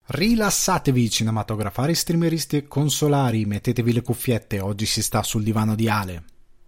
Rilassatevi cinematografari, streameristi e consolari, mettetevi le cuffiette, oggi si sta sul divano di Ale.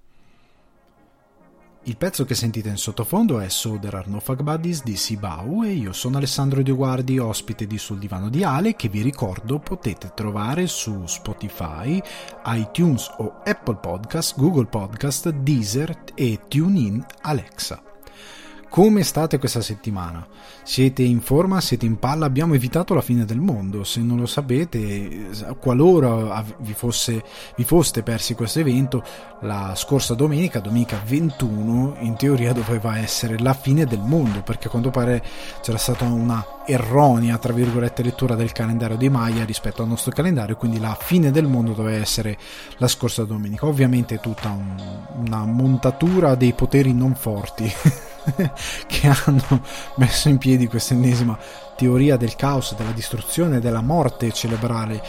Il pezzo che sentite in sottofondo è So There Are No Fuck Buddies di Sibau e io sono Alessandro Dioguardi, ospite di Sul Divano di Ale, che vi ricordo potete trovare su Spotify, iTunes o Apple Podcast, Google Podcast, Deezer e TuneIn Alexa. Come state questa settimana? Siete in forma? Siete in palla? Abbiamo evitato la fine del mondo. Se non lo sapete, qualora vi foste persi questo evento, la scorsa domenica 21, in teoria doveva essere la fine del mondo, perché a quanto pare c'era stata una erronea, tra virgolette, lettura del calendario di Maya rispetto al nostro calendario, quindi la fine del mondo doveva essere la scorsa domenica. Ovviamente è tutta una montatura dei poteri non forti che hanno messo in piedi questa ennesima teoria del caos, della distruzione, della morte cerebrale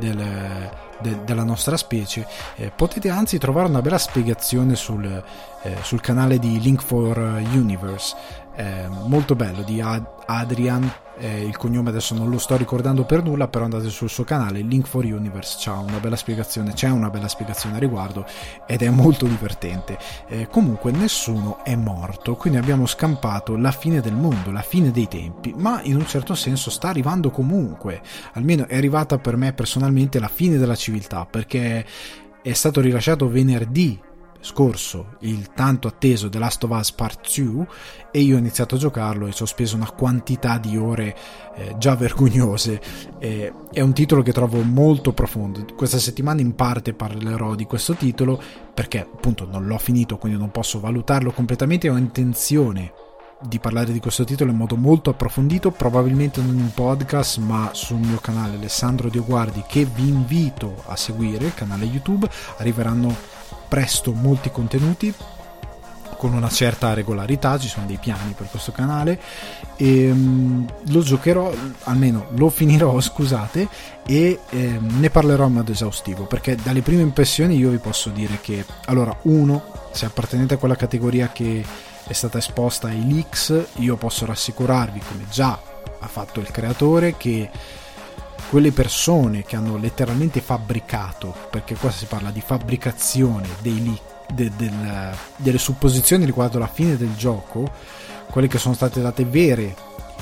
della nostra specie. Potete anzi trovare una bella spiegazione sul canale di Link for Universe, molto bello, di Adrian, il cognome adesso non lo sto ricordando per nulla, però andate sul suo canale Link for Universe, c'è una bella spiegazione a riguardo ed è molto divertente. Comunque nessuno è morto, quindi abbiamo scampato la fine del mondo, la fine dei tempi, ma in un certo senso sta arrivando comunque, almeno è arrivata per me personalmente la fine della civiltà, perché è stato rilasciato venerdì scorso il tanto atteso The Last of Us Part 2 e io ho iniziato a giocarlo e ci ho speso una quantità di ore già vergognose. È un titolo che trovo molto profondo. Questa settimana in parte parlerò di questo titolo perché appunto non l'ho finito, quindi non posso valutarlo completamente. Ho intenzione di parlare di questo titolo in modo molto approfondito, probabilmente non in podcast ma sul mio canale Alessandro Dioguardi, che vi invito a seguire, il canale YouTube. Arriveranno presto molti contenuti con una certa regolarità, ci sono dei piani per questo canale e lo giocherò, almeno lo finirò, scusate, e ne parlerò in modo esaustivo, perché dalle prime impressioni io vi posso dire che, allora, se appartenete a quella categoria che è stata esposta ai leaks, io posso rassicurarvi, come già ha fatto il creatore, che quelle persone che hanno letteralmente fabbricato, perché qua si parla di fabbricazione dei leak, delle supposizioni riguardo la fine del gioco, quelle che sono state date veri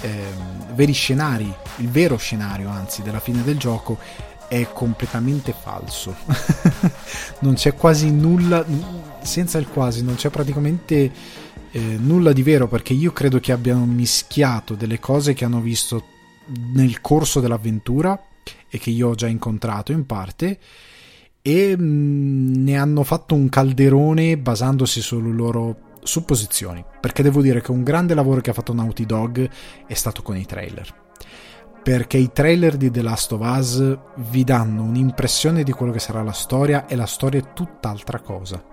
scenari, il vero scenario anzi della fine del gioco è completamente falso. Non c'è quasi nulla, senza il quasi, non c'è praticamente nulla di vero, perché io credo che abbiano mischiato delle cose che hanno visto nel corso dell'avventura e che io ho già incontrato in parte, e ne hanno fatto un calderone basandosi sulle loro supposizioni, perché devo dire che un grande lavoro che ha fatto Naughty Dog è stato con i trailer, perché i trailer di The Last of Us vi danno un'impressione di quello che sarà la storia, e la storia è tutt'altra cosa,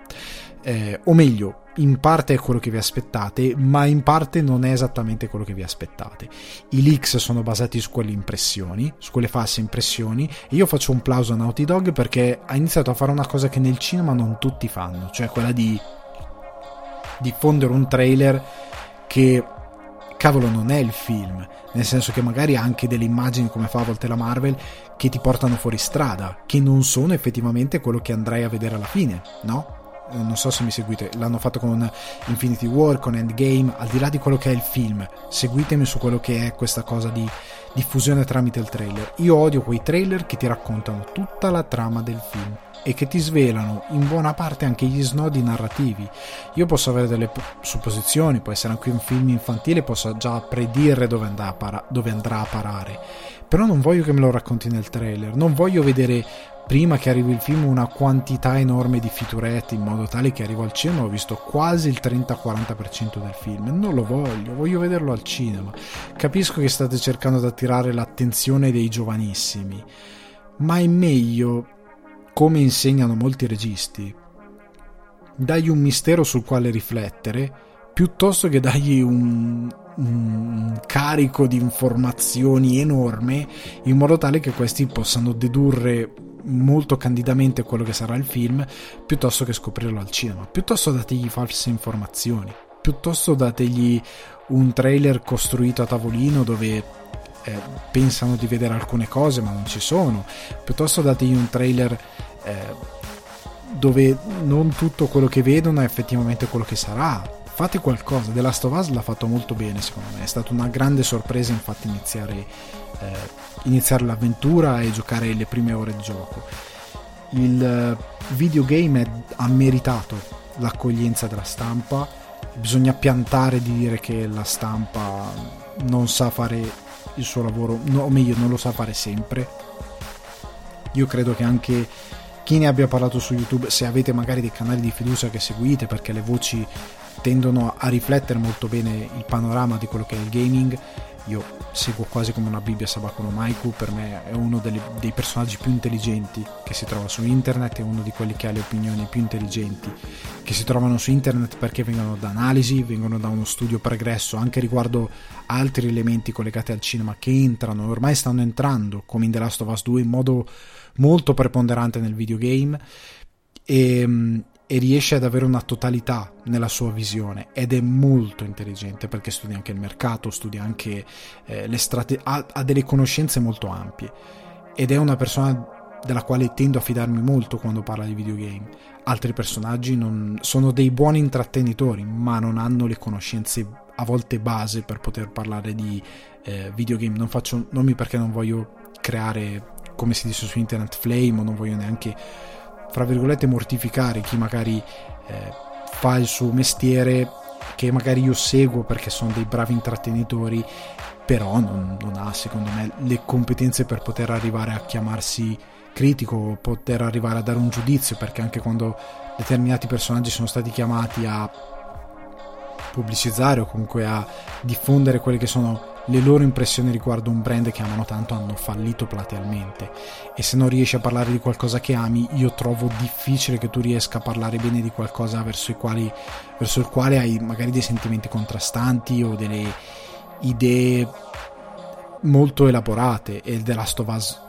o meglio, in parte è quello che vi aspettate, ma in parte non è esattamente quello che vi aspettate. I leaks sono basati su quelle impressioni, su quelle false impressioni, e io faccio un plauso a Naughty Dog perché ha iniziato a fare una cosa che nel cinema non tutti fanno, cioè quella di diffondere un trailer che, cavolo, non è il film, nel senso che magari ha anche delle immagini, come fa a volte la Marvel, che ti portano fuori strada, che non sono effettivamente quello che andrai a vedere alla fine, no? Non so se mi seguite, l'hanno fatto con Infinity War, con Endgame, al di là di quello che è il film, seguitemi su quello che è questa cosa di diffusione tramite il trailer. Io odio quei trailer che ti raccontano tutta la trama del film e che ti svelano in buona parte anche gli snodi narrativi. Io posso avere delle supposizioni, può essere anche un film infantile, posso già predire dove andrà a parare, però non voglio che me lo racconti nel trailer, non voglio vedere prima che arrivi il film una quantità enorme di featurette in modo tale che arrivo al cinema ho visto quasi il 30-40% del film. Non lo voglio vederlo al cinema. Capisco che state cercando di attirare l'attenzione dei giovanissimi, ma è meglio, come insegnano molti registi, dagli un mistero sul quale riflettere piuttosto che dargli un carico di informazioni enorme in modo tale che questi possano dedurre molto candidamente quello che sarà il film, piuttosto che scoprirlo al cinema. Piuttosto dategli false informazioni, piuttosto dategli un trailer costruito a tavolino dove pensano di vedere alcune cose ma non ci sono, piuttosto dategli un trailer dove non tutto quello che vedono è effettivamente quello che sarà. Fate qualcosa. The Last of Us l'ha fatto molto bene, secondo me è stata una grande sorpresa infatti iniziare l'avventura e giocare le prime ore di gioco. Il videogame ha meritato l'accoglienza della stampa, bisogna piantare di dire che la stampa non sa fare il suo lavoro, o meglio non lo sa fare sempre. Io credo che anche chi ne abbia parlato su YouTube, se avete magari dei canali di fiducia che seguite, perché le voci tendono a riflettere molto bene il panorama di quello che è il gaming, io seguo quasi come una Bibbia Sabakuno Maiku, per me è uno dei personaggi più intelligenti che si trova su internet, è uno di quelli che ha le opinioni più intelligenti che si trovano su internet, perché vengono da analisi, vengono da uno studio pregresso anche riguardo altri elementi collegati al cinema che entrano e ormai stanno entrando, come in The Last of Us 2, in modo molto preponderante nel videogame, e riesce ad avere una totalità nella sua visione, ed è molto intelligente perché studia anche il mercato, studia anche ha delle conoscenze molto ampie, ed è una persona della quale tendo a fidarmi molto quando parla di videogame. Altri personaggi sono dei buoni intrattenitori ma non hanno le conoscenze a volte base per poter parlare di videogame. Non faccio nomi perché non voglio creare, come si dice su internet, flame, o non voglio neanche, fra virgolette, mortificare chi magari fa il suo mestiere, che magari io seguo perché sono dei bravi intrattenitori, però non ha, secondo me, le competenze per poter arrivare a chiamarsi critico, poter arrivare a dare un giudizio, perché anche quando determinati personaggi sono stati chiamati a pubblicizzare o comunque a diffondere quelle che sono le loro impressioni riguardo un brand che amano tanto, hanno fallito platealmente. E se non riesci a parlare di qualcosa che ami, io trovo difficile che tu riesca a parlare bene di qualcosa verso il quale hai magari dei sentimenti contrastanti o delle idee molto elaborate. E The Last of Us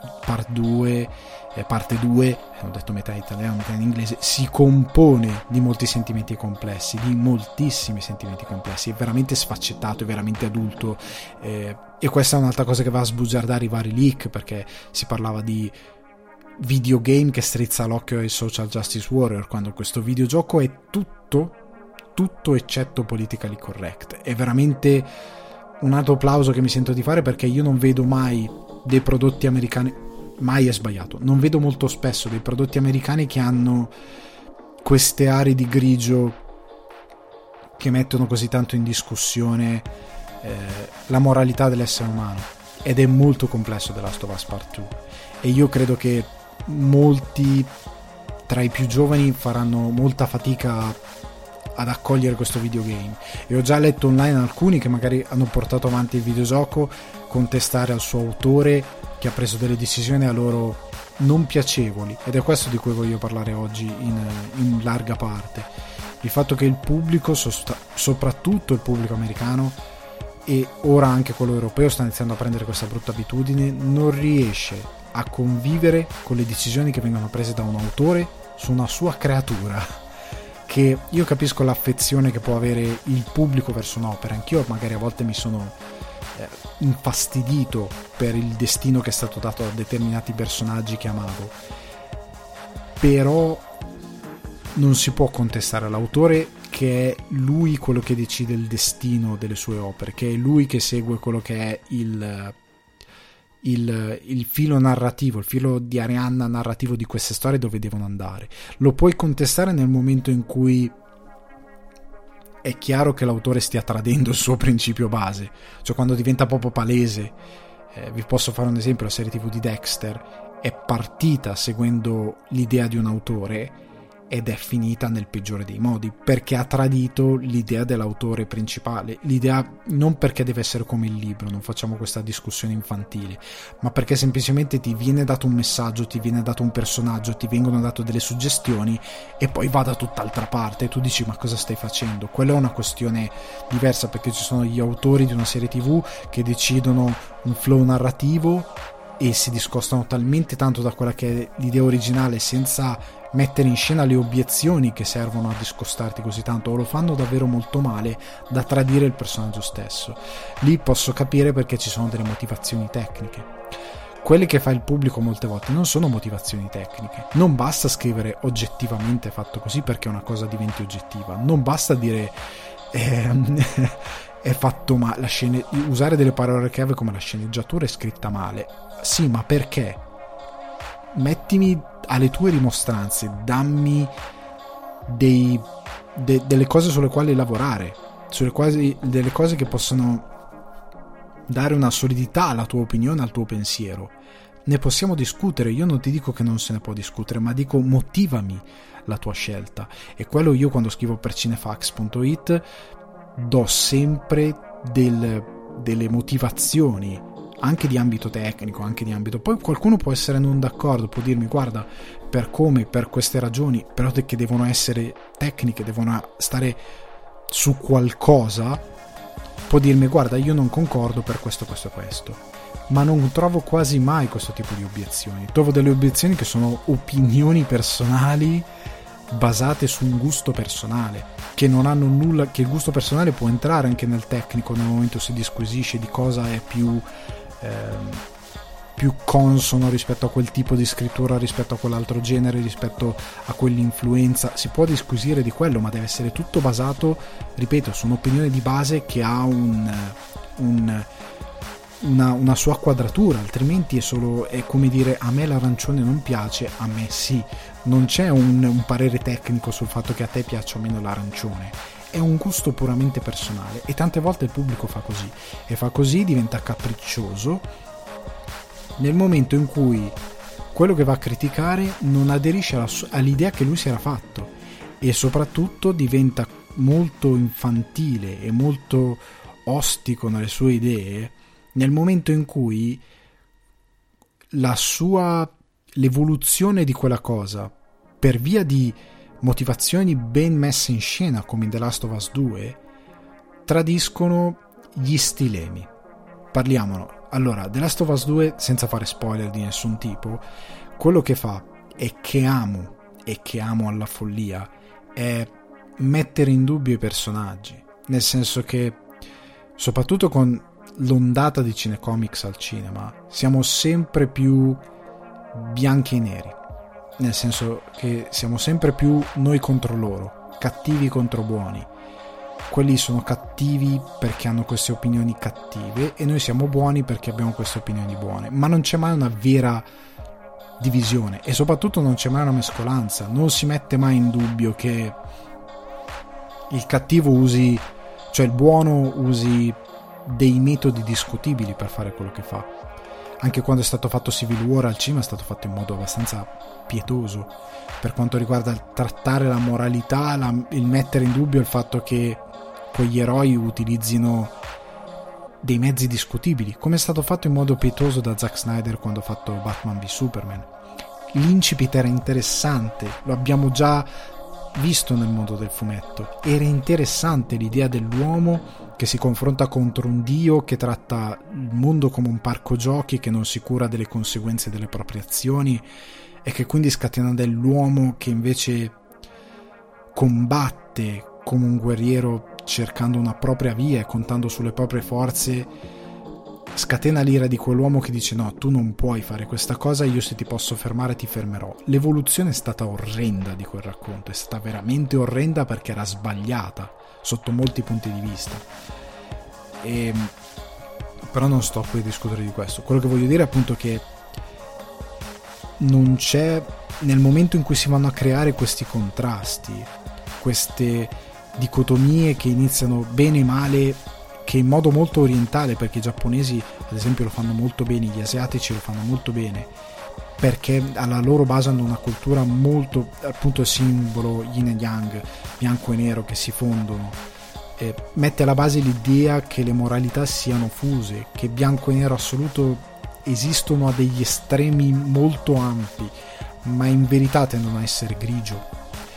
parte 2, ho detto metà in italiano, metà in inglese, si compone di molti sentimenti complessi, di moltissimi sentimenti complessi, è veramente sfaccettato, è veramente adulto, e questa è un'altra cosa che va a sbugiardare i vari leak, perché si parlava di videogame che strizza l'occhio ai social justice warrior, quando questo videogioco è tutto eccetto politically correct. È veramente un altro applauso che mi sento di fare, perché io non vedo mai dei prodotti americani, mai è sbagliato, non vedo molto spesso dei prodotti americani che hanno queste aree di grigio che mettono così tanto in discussione la moralità dell'essere umano, ed è molto complesso The Last of Us Part 2, e io credo che molti tra i più giovani faranno molta fatica ad accogliere questo videogame, e ho già letto online alcuni che magari hanno portato avanti il videogioco contestare al suo autore, che ha preso delle decisioni a loro non piacevoli, ed è questo di cui voglio parlare oggi in larga parte. Il fatto che il pubblico, soprattutto il pubblico americano e ora anche quello europeo, sta iniziando a prendere questa brutta abitudine, non riesce a convivere con le decisioni che vengono prese da un autore su una sua creatura. Che io capisco l'affezione che può avere il pubblico verso un'opera, anch'io magari a volte mi sono infastidito per il destino che è stato dato a determinati personaggi che amavo, però non si può contestare l'autore, che è lui quello che decide il destino delle sue opere, che è lui che segue quello che è il filo narrativo, il filo di Arianna narrativo di queste storie, dove devono andare. Lo puoi contestare nel momento in cui è chiaro che l'autore stia tradendo il suo principio base, cioè quando diventa proprio palese. Vi posso fare un esempio: la serie TV di Dexter è partita seguendo l'idea di un autore ed è finita nel peggiore dei modi, perché ha tradito l'idea dell'autore principale, l'idea non perché deve essere come il libro, non facciamo questa discussione infantile, ma perché semplicemente ti viene dato un messaggio, ti viene dato un personaggio, ti vengono date delle suggestioni e poi va da tutt'altra parte e tu dici ma cosa stai facendo? Quella è una questione diversa, perché ci sono gli autori di una serie TV che decidono un flow narrativo e si discostano talmente tanto da quella che è l'idea originale senza mettere in scena le obiezioni che servono a discostarti così tanto, o lo fanno davvero molto male da tradire il personaggio stesso. Lì posso capire perché ci sono delle motivazioni tecniche. Quelle che fa il pubblico molte volte non sono motivazioni tecniche. Non basta scrivere oggettivamente fatto così perché una cosa diventi oggettiva. Non basta dire è fatto male, usare delle parole chiave come la sceneggiatura è scritta male. Sì, ma perché? Mettimi alle tue dimostranze, dammi delle cose sulle quali lavorare, delle cose che possono dare una solidità alla tua opinione, al tuo pensiero. Ne possiamo discutere, io non ti dico che non se ne può discutere, ma dico motivami la tua scelta. E quello io quando scrivo per cinefax.it do sempre delle motivazioni, anche di ambito tecnico, anche di ambito, poi qualcuno può essere non d'accordo, può dirmi guarda, per come, per queste ragioni, però che devono essere tecniche, devono stare su qualcosa, può dirmi guarda, io non concordo per questo, questo e questo. Ma non trovo quasi mai questo tipo di obiezioni. Trovo delle obiezioni che sono opinioni personali basate su un gusto personale, che non hanno nulla, che il gusto personale può entrare anche nel tecnico nel momento si disquisisce di cosa è più consono rispetto a quel tipo di scrittura, rispetto a quell'altro genere, rispetto a quell'influenza. Si può disquisire di quello, ma deve essere tutto basato, ripeto, su un'opinione di base che ha una sua quadratura, altrimenti è come dire a me l'arancione non piace, a me sì. Non c'è un parere tecnico sul fatto che a te piaccia o meno l'arancione, è un gusto puramente personale, e tante volte il pubblico fa così, e fa così, diventa capriccioso nel momento in cui quello che va a criticare non aderisce all'idea che lui si era fatto, e soprattutto diventa molto infantile e molto ostico nelle sue idee nel momento in cui l'evoluzione di quella cosa per via di motivazioni ben messe in scena come in The Last of Us 2 tradiscono gli stilemi. Parliamolo. Allora, The Last of Us 2, senza fare spoiler di nessun tipo, quello che fa e che amo alla follia è mettere in dubbio i personaggi, nel senso che soprattutto con l'ondata di cinecomics al cinema siamo sempre più bianchi e neri, nel senso che siamo sempre più noi contro loro, cattivi contro buoni. Quelli sono cattivi perché hanno queste opinioni cattive e noi siamo buoni perché abbiamo queste opinioni buone, ma non c'è mai una vera divisione e soprattutto non c'è mai una mescolanza. Non si mette mai in dubbio che il cattivo cioè il buono usi dei metodi discutibili per fare quello che fa. Anche quando è stato fatto Civil War al cinema è stato fatto in modo abbastanza pietoso per quanto riguarda il trattare la moralità, il mettere in dubbio il fatto che quegli eroi utilizzino dei mezzi discutibili, come è stato fatto in modo pietoso da Zack Snyder quando ha fatto Batman v Superman. L'incipit era interessante, lo abbiamo già visto nel mondo del fumetto, era interessante l'idea dell'uomo che si confronta contro un dio che tratta il mondo come un parco giochi, che non si cura delle conseguenze delle proprie azioni e che quindi scatena dell'uomo che invece combatte come un guerriero cercando una propria via e contando sulle proprie forze. Scatena l'ira di quell'uomo che dice no, tu non puoi fare questa cosa, io se ti posso fermare ti fermerò. L'evoluzione è stata orrenda di quel racconto, è stata veramente orrenda perché era sbagliata sotto molti punti di vista, però non sto qui a discutere di questo. Quello che voglio dire è appunto che non c'è, nel momento in cui si vanno a creare questi contrasti, queste dicotomie che iniziano bene e male, che in modo molto orientale, perché i giapponesi ad esempio lo fanno molto bene, gli asiatici lo fanno molto bene, perché alla loro base hanno una cultura molto, appunto, simbolo yin e yang, bianco e nero che si fondono, mette alla base l'idea che le moralità siano fuse, che bianco e nero assoluto esistono a degli estremi molto ampi, ma in verità tendono a essere grigio.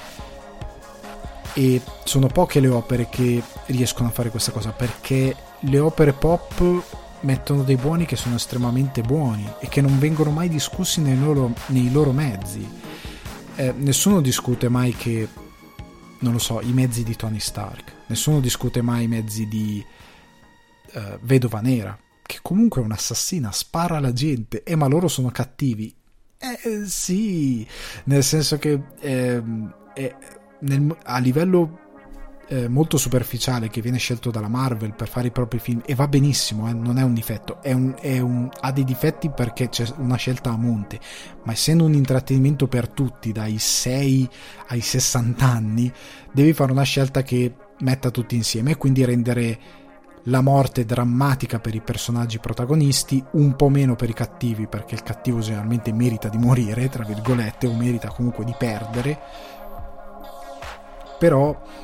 E sono poche le opere che riescono a fare questa cosa, perché le opere pop mettono dei buoni che sono estremamente buoni e che non vengono mai discussi nei loro mezzi. Nessuno discute mai che, non lo so, i mezzi di Tony Stark, nessuno discute mai i mezzi di Vedova Nera, che comunque è un'assassina, spara alla gente, ma loro sono cattivi. Sì, nel senso che a livello molto superficiale, che viene scelto dalla Marvel per fare i propri film, e va benissimo, non è un difetto, ha dei difetti perché c'è una scelta a monte, ma essendo un intrattenimento per tutti dai 6 ai 60 anni, devi fare una scelta che metta tutti insieme e quindi rendere la morte drammatica per i personaggi protagonisti, un po' meno per i cattivi, perché il cattivo generalmente merita di morire, tra virgolette, o merita comunque di perdere, però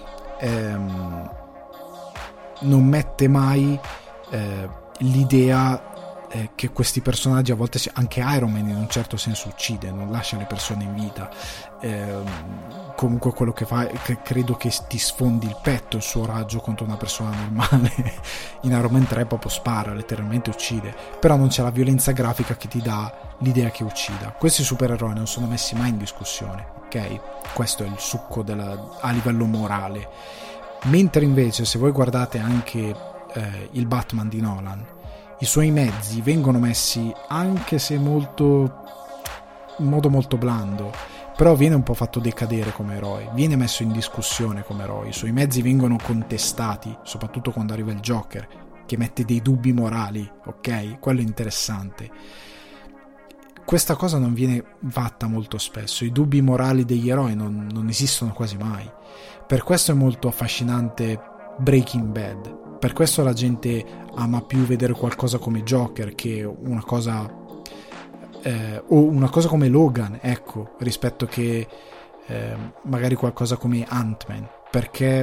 non mette mai l'idea che questi personaggi a volte, anche Iron Man in un certo senso uccide, non lascia le persone in vita, comunque quello che fa, credo che ti sfondi il petto il suo raggio contro una persona normale. In Iron Man 3 proprio spara, letteralmente uccide, però non c'è la violenza grafica che ti dà l'idea che uccida. Questi supereroi non sono messi mai in discussione, ok? Questo è il succo a livello morale. Mentre invece se voi guardate anche il Batman di Nolan, i suoi mezzi vengono messi, anche se in modo molto blando, però viene un po' fatto decadere come eroe, viene messo in discussione come eroe, i suoi mezzi vengono contestati, soprattutto quando arriva il Joker che mette dei dubbi morali, ok? Quello è interessante. Questa cosa non viene fatta molto spesso, i dubbi morali degli eroi non esistono quasi mai. Per questo è molto affascinante Breaking Bad, per questo la gente ama più vedere qualcosa come Joker che una cosa o una cosa come Logan, ecco, rispetto che magari qualcosa come Ant-Man, perché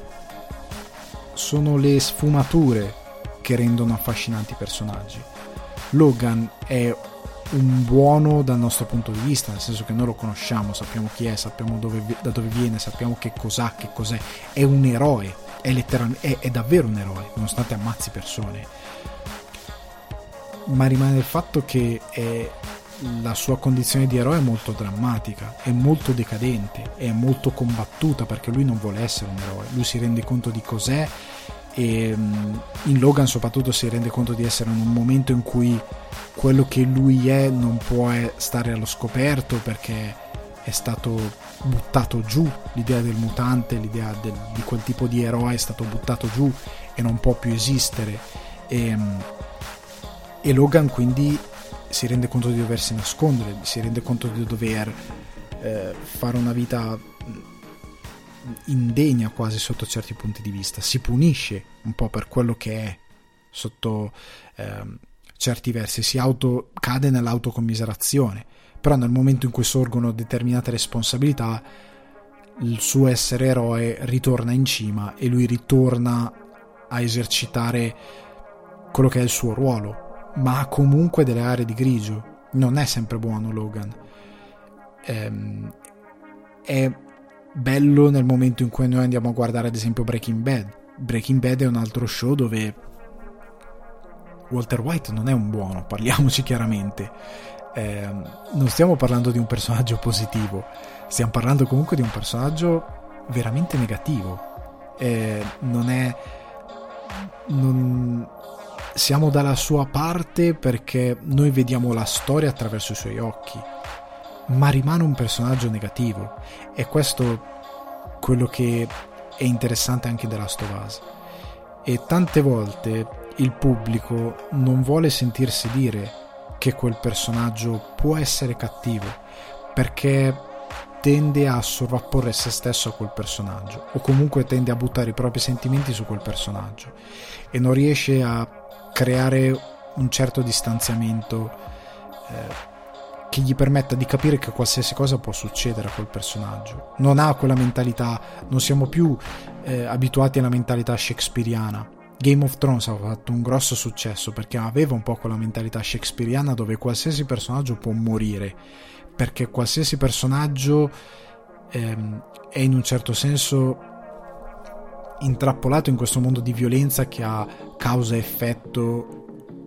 sono le sfumature che rendono affascinanti i personaggi. Logan è un buono dal nostro punto di vista, nel senso che noi lo conosciamo, sappiamo chi è, sappiamo da dove viene, sappiamo che cos'è, è un eroe, è davvero un eroe, nonostante ammazzi persone, ma rimane il fatto che la sua condizione di eroe è molto drammatica, è molto decadente, è molto combattuta, perché lui non vuole essere un eroe, lui si rende conto di cos'è, e in Logan soprattutto si rende conto di essere in un momento in cui quello che lui è non può stare allo scoperto, perché è stato buttato giù, l'idea del mutante, l'idea di quel tipo di eroe è stato buttato giù e non può più esistere, e Logan quindi si rende conto di doversi nascondere, si rende conto di dover fare una vita indegna quasi sotto certi punti di vista, si punisce un po' per quello che è sotto certi versi, cade nell'autocommiserazione, però nel momento in cui sorgono determinate responsabilità il suo essere eroe ritorna in cima e lui ritorna a esercitare quello che è il suo ruolo, ma ha comunque delle aree di grigio, non è sempre buono Logan. È bello nel momento in cui noi andiamo a guardare ad esempio Breaking Bad è un altro show dove Walter White non è un buono, parliamoci chiaramente, non stiamo parlando di un personaggio positivo, stiamo parlando comunque di un personaggio veramente negativo, siamo dalla sua parte perché noi vediamo la storia attraverso i suoi occhi, ma rimane un personaggio negativo, e questo quello che è interessante anche della Last of Us. E tante volte il pubblico non vuole sentirsi dire che quel personaggio può essere cattivo, perché tende a sovrapporre se stesso a quel personaggio, o comunque tende a buttare i propri sentimenti su quel personaggio e non riesce a creare un certo distanziamento che gli permetta di capire che qualsiasi cosa può succedere a quel personaggio. Non ha quella mentalità, non siamo più abituati alla mentalità shakespeariana. Game of Thrones ha fatto un grosso successo perché aveva un po' quella mentalità shakespeariana dove qualsiasi personaggio può morire, perché qualsiasi personaggio è in un certo senso intrappolato in questo mondo di violenza che ha causa e effetto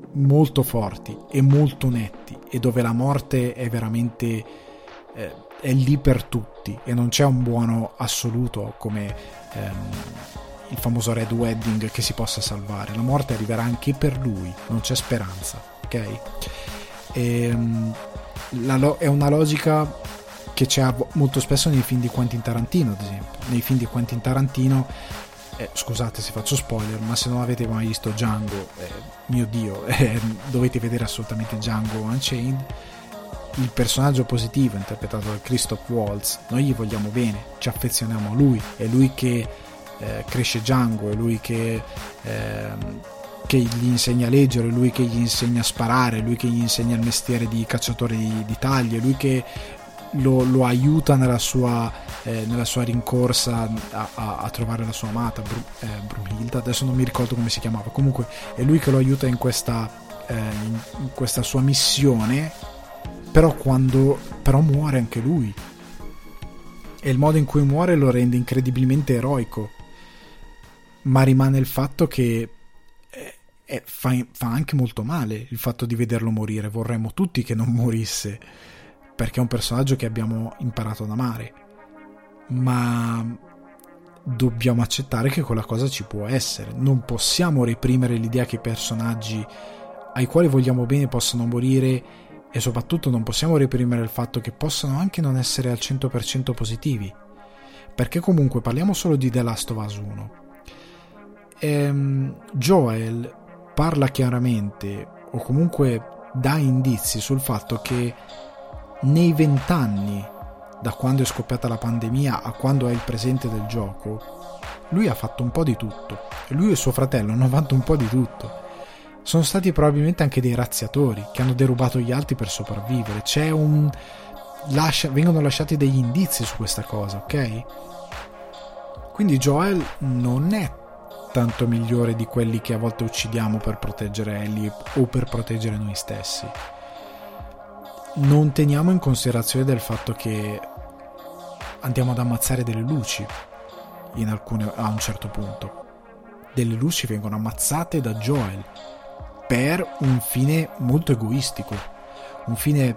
molto forti e molto netti, e dove la morte è veramente è lì per tutti e non c'è un buono assoluto come il famoso Red Wedding che si possa salvare. La morte arriverà anche per lui, non c'è speranza, ok? È una logica che c'è molto spesso nei film di Quentin Tarantino, ad esempio. Nei film di Quentin Tarantino, scusate se faccio spoiler, ma se non avete mai visto Django, mio Dio, dovete vedere assolutamente Django Unchained. Il personaggio positivo interpretato da Christoph Waltz, noi gli vogliamo bene, ci affezioniamo a lui, è lui che cresce Django, è lui che gli insegna a leggere, è lui che gli insegna a sparare, è lui che gli insegna il mestiere di cacciatore di taglie, è lui che lo aiuta nella sua rincorsa a trovare la sua amata Brunhilda, adesso non mi ricordo come si chiamava, comunque è lui che lo aiuta in questa sua missione, però muore anche lui, e il modo in cui muore lo rende incredibilmente eroico, ma rimane il fatto che fa anche molto male il fatto di vederlo morire. Vorremmo tutti che non morisse, perché è un personaggio che abbiamo imparato ad amare, ma dobbiamo accettare che quella cosa ci può essere. Non possiamo reprimere l'idea che i personaggi ai quali vogliamo bene possano morire, e soprattutto non possiamo reprimere il fatto che possano anche non essere al 100% positivi, perché comunque parliamo solo di The Last of Us 1. Joel parla chiaramente, o comunque dà indizi sul fatto che nei 20 anni da quando è scoppiata la pandemia a quando è il presente del gioco, lui ha fatto un po' di tutto, e lui e suo fratello hanno fatto un po' di tutto. Sono stati probabilmente anche dei razziatori che hanno derubato gli altri per sopravvivere. Vengono lasciati degli indizi su questa cosa, ok? Quindi Joel non è tanto migliore di quelli che a volte uccidiamo per proteggere Ellie o per proteggere noi stessi. Non teniamo in considerazione del fatto che andiamo ad ammazzare delle luci a un certo punto. Delle luci vengono ammazzate da Joel per un fine molto egoistico, un fine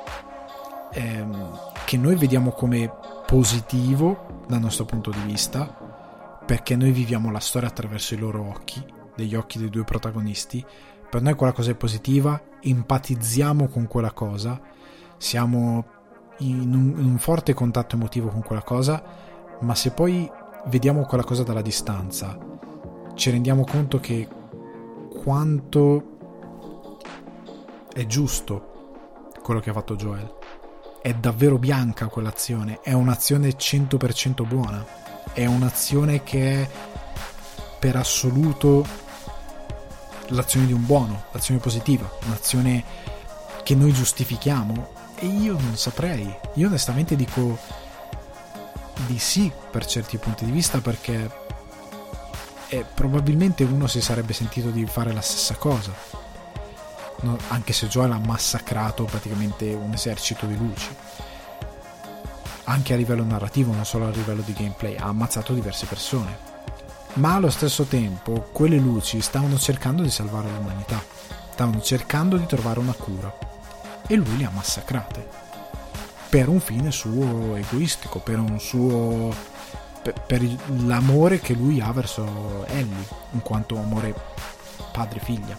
che noi vediamo come positivo dal nostro punto di vista, perché noi viviamo la storia attraverso i loro occhi, degli occhi dei due protagonisti. Per noi quella cosa è positiva, empatizziamo con quella cosa, siamo in un forte contatto emotivo con quella cosa, ma se poi vediamo quella cosa dalla distanza ci rendiamo conto che quanto è giusto quello che ha fatto Joel. È davvero bianca quell'azione, è un'azione 100% buona, è un'azione che è per assoluto l'azione di un buono, l'azione positiva, un'azione che noi giustifichiamo. E io non saprei, io onestamente dico di sì per certi punti di vista, perché probabilmente uno si sarebbe sentito di fare la stessa cosa, anche se Joel ha massacrato praticamente un esercito di luci, anche a livello narrativo, non solo a livello di gameplay, ha ammazzato diverse persone, ma allo stesso tempo quelle luci stavano cercando di salvare l'umanità, stavano cercando di trovare una cura, e lui le ha massacrate per un fine suo egoistico, per l'amore che lui ha verso Ellie, in quanto amore padre-figlia,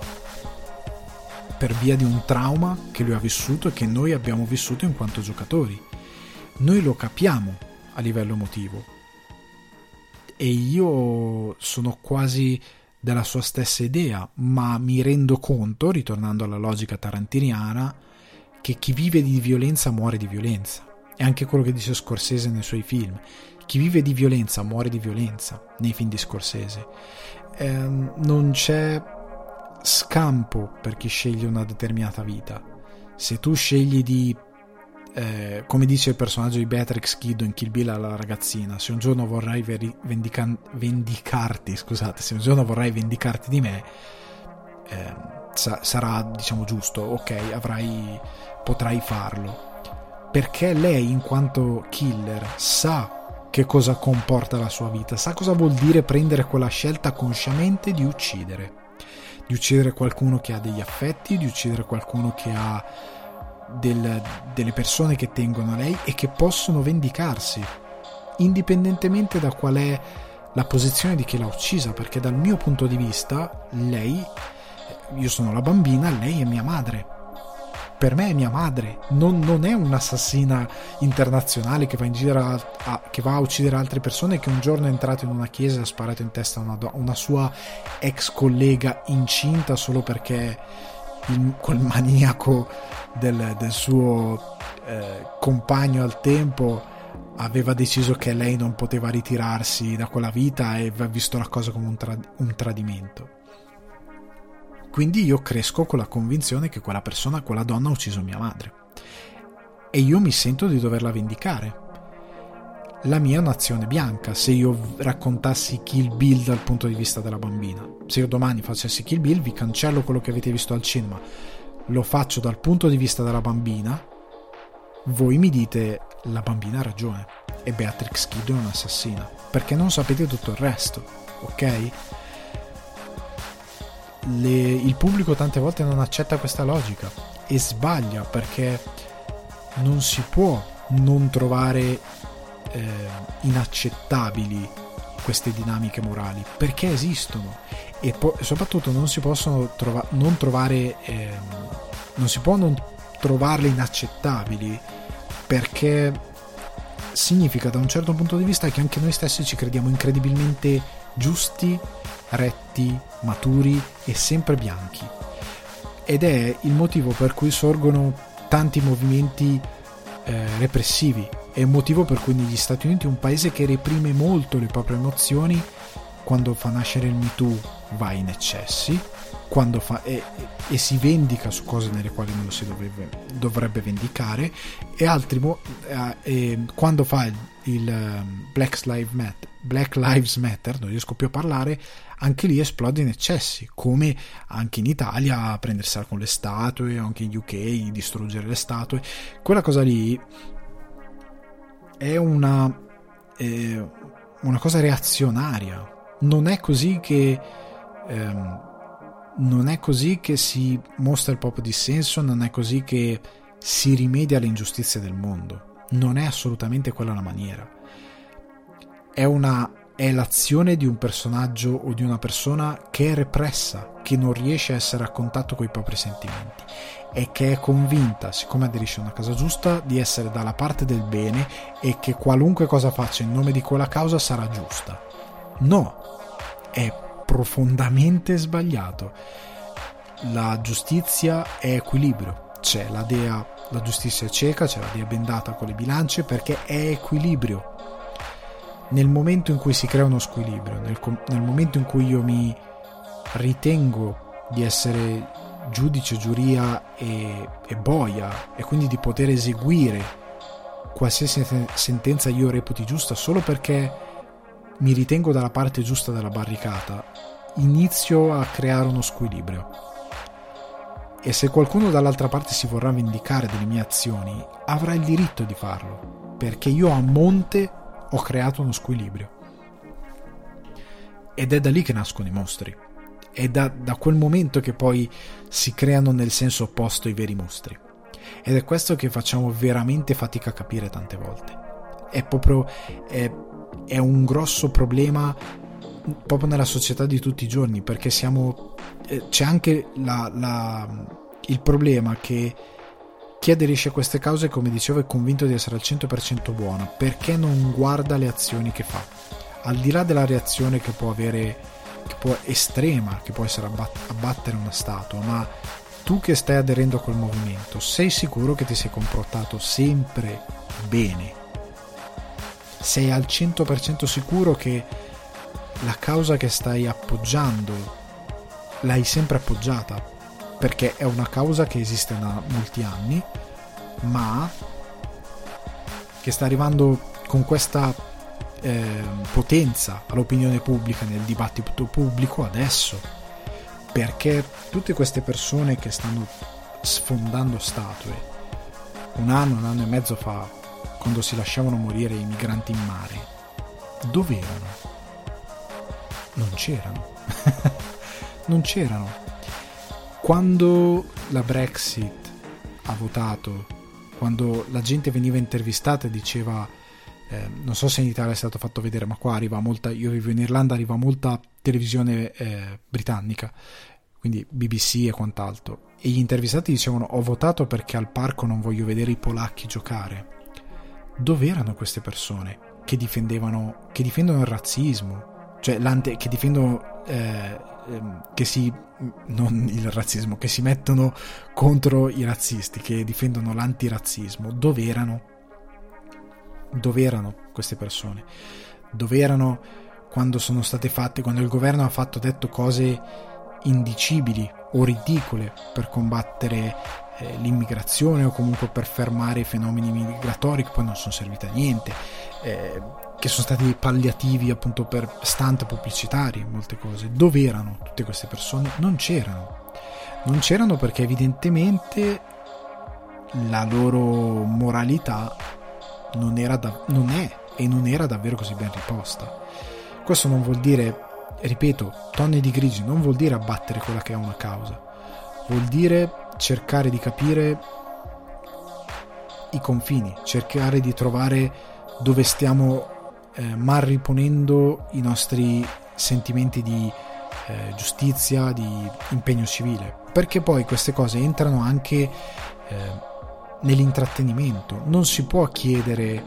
per via di un trauma che lui ha vissuto e che noi abbiamo vissuto in quanto giocatori. Noi lo capiamo a livello emotivo, e io sono quasi della sua stessa idea, ma mi rendo conto, ritornando alla logica tarantiniana, che chi vive di violenza muore di violenza. È anche quello che dice Scorsese nei suoi film: chi vive di violenza muore di violenza nei film di Scorsese. Non c'è scampo per chi sceglie una determinata vita. Se tu scegli di come dice il personaggio di Beatrix Kiddo in Kill Bill alla ragazzina, se un giorno vorrai vendicarti, se un giorno vorrai vendicarti di me, sarà, diciamo, giusto, ok, potrai farlo, perché lei in quanto killer sa che cosa comporta la sua vita, sa cosa vuol dire prendere quella scelta consciamente di uccidere. di uccidere qualcuno che ha degli affetti, di uccidere qualcuno che ha delle persone che tengono a lei e che possono vendicarsi, indipendentemente da qual è la posizione di chi l'ha uccisa, perché dal mio punto di vista lei, io sono la bambina, lei è mia madre, per me è mia madre, non è un'assassina internazionale che va in giro che va a uccidere altre persone, che un giorno è entrato in una chiesa e ha sparato in testa a una sua ex collega incinta solo perché quel maniaco del suo compagno al tempo aveva deciso che lei non poteva ritirarsi da quella vita e aveva visto la cosa come un tradimento. Quindi io cresco con la convinzione che quella persona, quella donna ha ucciso mia madre e io mi sento di doverla vendicare. La mia è un'azione bianca. Se io raccontassi Kill Bill dal punto di vista della bambina, se io domani facessi Kill Bill, vi cancello quello che avete visto al cinema, lo faccio dal punto di vista della bambina, voi mi dite la bambina ha ragione e Beatrix Kiddo è un'assassina, perché non sapete tutto il resto, ok? Il pubblico tante volte non accetta questa logica e sbaglia, perché non si può non trovare inaccettabili queste dinamiche morali, perché esistono, e soprattutto non si possono non si può non trovarle inaccettabili, perché significa da un certo punto di vista che anche noi stessi ci crediamo incredibilmente giusti, retti, maturi e sempre bianchi, ed è il motivo per cui sorgono tanti movimenti repressivi. È il motivo per cui negli Stati Uniti, un paese che reprime molto le proprie emozioni, quando fa nascere il Me Too va in eccessi, quando e si vendica su cose nelle quali non lo si dovrebbe vendicare, e altri quando fa il Black Lives Matter, non riesco più a parlare, anche lì esplode in eccessi, come anche in Italia a prendersela con le statue, anche in UK distruggere le statue. Quella cosa lì è una cosa reazionaria. Non è così che si mostra il proprio dissenso, non è così che si rimedia alle ingiustizie del mondo. Non è assolutamente quella la maniera. È l'azione di un personaggio o di una persona che è repressa, che non riesce a essere a contatto con i propri sentimenti e che è convinta, siccome aderisce a una causa giusta, di essere dalla parte del bene e che qualunque cosa faccia in nome di quella causa sarà giusta. No, è profondamente sbagliato. La giustizia è equilibrio. C'è la giustizia cieca, c'è la dea bendata con le bilance, perché è equilibrio. Nel momento in cui si crea uno squilibrio, nel momento in cui io mi ritengo di essere giudice, giuria e boia, e quindi di poter eseguire qualsiasi sentenza io reputi giusta solo perché mi ritengo dalla parte giusta della barricata, inizio a creare uno squilibrio. E se qualcuno dall'altra parte si vorrà vendicare delle mie azioni, avrà il diritto di farlo, perché io a monte ho creato uno squilibrio. Ed è da lì che nascono i mostri. È da quel momento che poi si creano nel senso opposto i veri mostri. Ed è questo che facciamo veramente fatica a capire tante volte. È un grosso problema proprio nella società di tutti i giorni, perché c'è anche il problema che chi aderisce a queste cause, come dicevo, è convinto di essere al 100% buono, perché non guarda le azioni che fa, al di là della reazione che può avere, che può estrema, che può essere abbattere una statua. Ma tu che stai aderendo a quel movimento, sei sicuro che ti sei comportato sempre bene? Sei al 100% sicuro che la causa che stai appoggiando l'hai sempre appoggiata? Perché è una causa che esiste da molti anni, ma che sta arrivando con questa potenza all'opinione pubblica, nel dibattito pubblico adesso, perché tutte queste persone che stanno sfondando statue un anno e mezzo fa, quando si lasciavano morire i migranti in mare, dove erano? Non c'erano. Non c'erano. quando la Brexit ha votato, quando la gente veniva intervistata e diceva, non so se in Italia è stato fatto vedere, ma qua arriva molta, io vivo in Irlanda, arriva molta televisione britannica, quindi BBC e quant'altro, e gli intervistati dicevano: ho votato perché al parco non voglio vedere i polacchi giocare. Dove erano queste persone che difendono il razzismo, cioè che difendono non il razzismo, che si mettono contro i razzisti, che difendono l'antirazzismo? Dove erano queste persone? Dove erano quando sono state fatte, quando il governo ha detto cose indicibili o ridicole per combattere l'immigrazione, o comunque per fermare i fenomeni migratori che poi non sono serviti a niente, che sono stati palliativi appunto per stunt pubblicitari, molte cose? Dove erano tutte queste persone? Non c'erano perché evidentemente la loro moralità non è e non era davvero così ben riposta. Questo non vuol dire, ripeto, tonne di grigi, non vuol dire abbattere quella che è una causa, vuol dire cercare di capire i confini, cercare di trovare dove stiamo mal riponendo i nostri sentimenti di giustizia, di impegno civile, perché poi queste cose entrano anche nell'intrattenimento. Non si può chiedere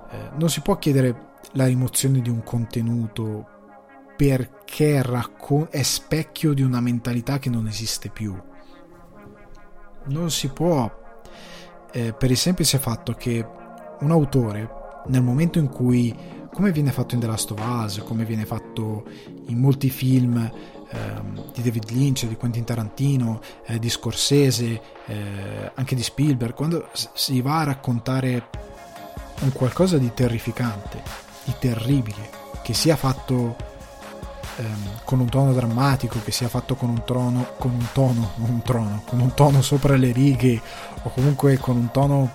la rimozione di un contenuto perché è specchio di una mentalità che non esiste più. Non si può, per il semplice fatto che un autore, nel momento in cui, come viene fatto in The Last of Us, come viene fatto in molti film di David Lynch, di Quentin Tarantino, di Scorsese, anche di Spielberg, quando si va a raccontare un qualcosa di terrificante, di terribile, che sia fatto con un tono drammatico, che sia fatto con un tono sopra le righe, o comunque con un tono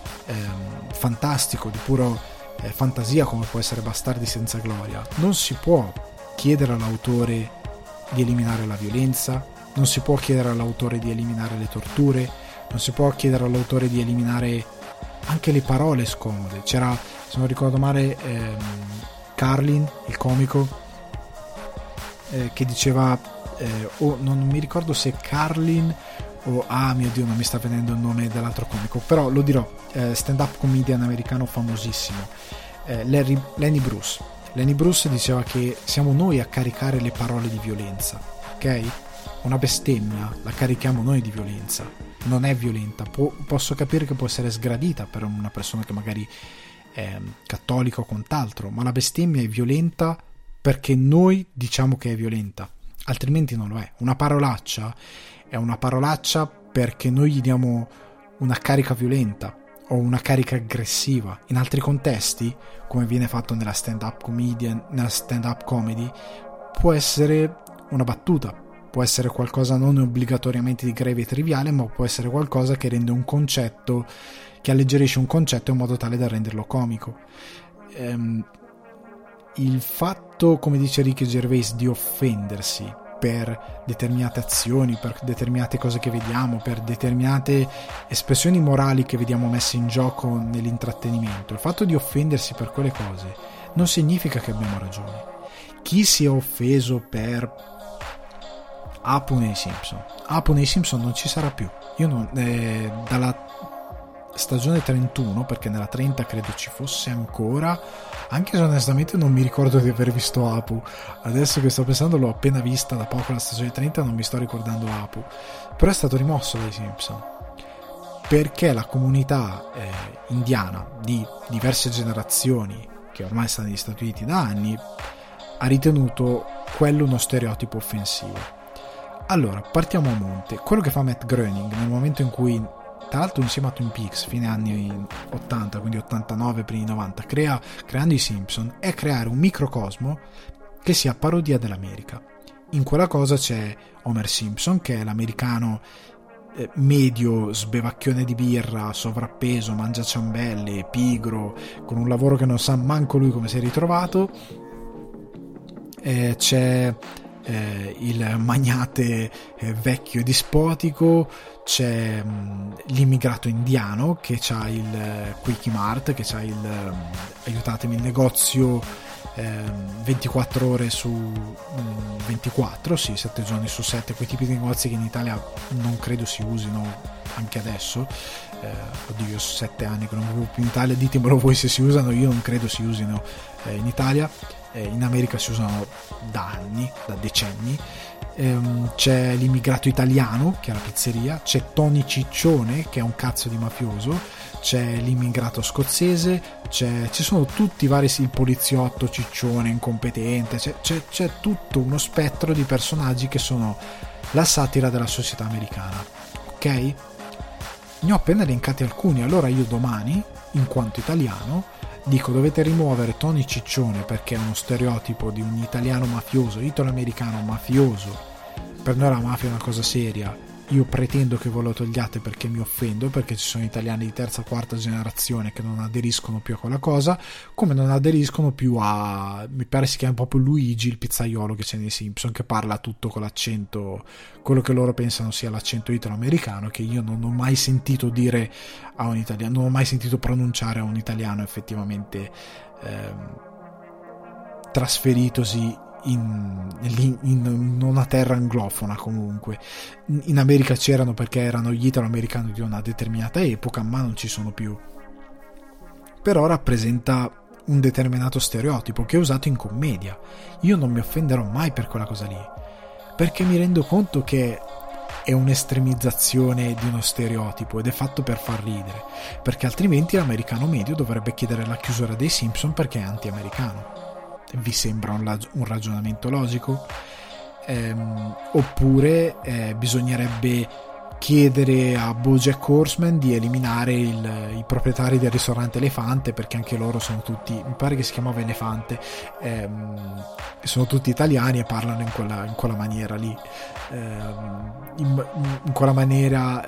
fantastico, di puro fantasia, come può essere Bastardi senza gloria, non si può chiedere all'autore di eliminare la violenza, non si può chiedere all'autore di eliminare le torture, non si può chiedere all'autore di eliminare anche le parole scomode. C'era, se non ricordo male, Carlin, il comico, che diceva non mi ricordo se Carlin o mio Dio, non mi sta venendo il nome dell'altro comico, però lo dirò, stand up comedian americano famosissimo, Lenny Bruce diceva che siamo noi a caricare le parole di violenza, ok? Una bestemmia la carichiamo noi di violenza, non è violenta, posso capire che può essere sgradita per una persona che magari è cattolica o quant'altro, ma la bestemmia è violenta perché noi diciamo che è violenta, altrimenti non lo è. Una parolaccia è una parolaccia perché noi gli diamo una carica violenta o una carica aggressiva. In altri contesti, come viene fatto nella stand-up comedy, può essere una battuta, può essere qualcosa non obbligatoriamente di greve e triviale, ma può essere qualcosa che rende un concetto, che alleggerisce un concetto in modo tale da renderlo comico. Il fatto, come dice Ricky Gervais, di offendersi per determinate azioni, per determinate cose che vediamo, per determinate espressioni morali che vediamo messe in gioco nell'intrattenimento, il fatto di offendersi per quelle cose non significa che abbiamo ragione. Chi si è offeso per Apu nei Simpson non ci sarà più. Io non, dalla stagione 31, perché nella 30 credo ci fosse ancora, anche se onestamente non mi ricordo di aver visto Apu. Adesso che sto pensando, l'ho appena vista da poco la stagione 30, non mi sto ricordando Apu, però è stato rimosso dai Simpson perché la comunità indiana di diverse generazioni, che ormai sta negli Stati Uniti da anni, ha ritenuto quello uno stereotipo offensivo. Allora, partiamo a monte. Quello che fa Matt Groening nel momento in cui, tra l'altro insieme a Twin Peaks, fine anni 80, quindi 89, primi 90, creando i Simpson, è creare un microcosmo che sia parodia dell'America. In quella cosa c'è Homer Simpson, che è l'americano medio, sbevacchione di birra, sovrappeso, mangia ciambelle, pigro, con un lavoro che non sa manco lui come si è ritrovato. C'è il magnate vecchio e dispotico, c'è l'immigrato indiano che c'ha il Quickie Mart, che c'ha aiutatemi, il negozio 24 ore su 24, sì, 7 giorni su 7, quei tipi di negozi che in Italia non credo si usino anche adesso. Oddio, io 7 anni che non vivo più in Italia, ditemelo voi se si usano, io non credo si usino in Italia. In America si usano da anni, da decenni. C'è l'immigrato italiano che è la pizzeria, c'è Tony Ciccione che è un cazzo di mafioso, c'è l'immigrato scozzese, ci sono tutti i vari, il poliziotto Ciccione incompetente, c'è tutto uno spettro di personaggi che sono la satira della società americana, ok? Ne ho appena elencati alcuni, allora io domani, in quanto italiano, dico dovete rimuovere Tony Ciccione perché è uno stereotipo di un italiano mafioso, italo-americano mafioso. Per noi la mafia è una cosa seria, io pretendo che voi lo togliate perché mi offendo, perché ci sono italiani di terza quarta generazione che non aderiscono più a quella cosa, come non aderiscono più a, mi pare si chiama proprio Luigi il pizzaiolo che c'è nei Simpson, che parla tutto con l'accento, quello che loro pensano sia l'accento italo-americano, che io non ho mai sentito dire a un italiano, non ho mai sentito pronunciare a un italiano effettivamente trasferitosi in una terra anglofona. Comunque in America c'erano perché erano gli italo-americani di una determinata epoca, ma non ci sono più. Però rappresenta un determinato stereotipo che è usato in commedia. Io non mi offenderò mai per quella cosa lì, perché mi rendo conto che è un'estremizzazione di uno stereotipo ed è fatto per far ridere, perché altrimenti l'americano medio dovrebbe chiedere la chiusura dei Simpson perché è anti-americano. Vi sembra un ragionamento logico? Oppure bisognerebbe chiedere a BoJack Horseman di eliminare i proprietari del ristorante Elefante, perché anche loro sono tutti, mi pare che si chiamava Elefante, sono tutti italiani e parlano in quella maniera lì, in quella maniera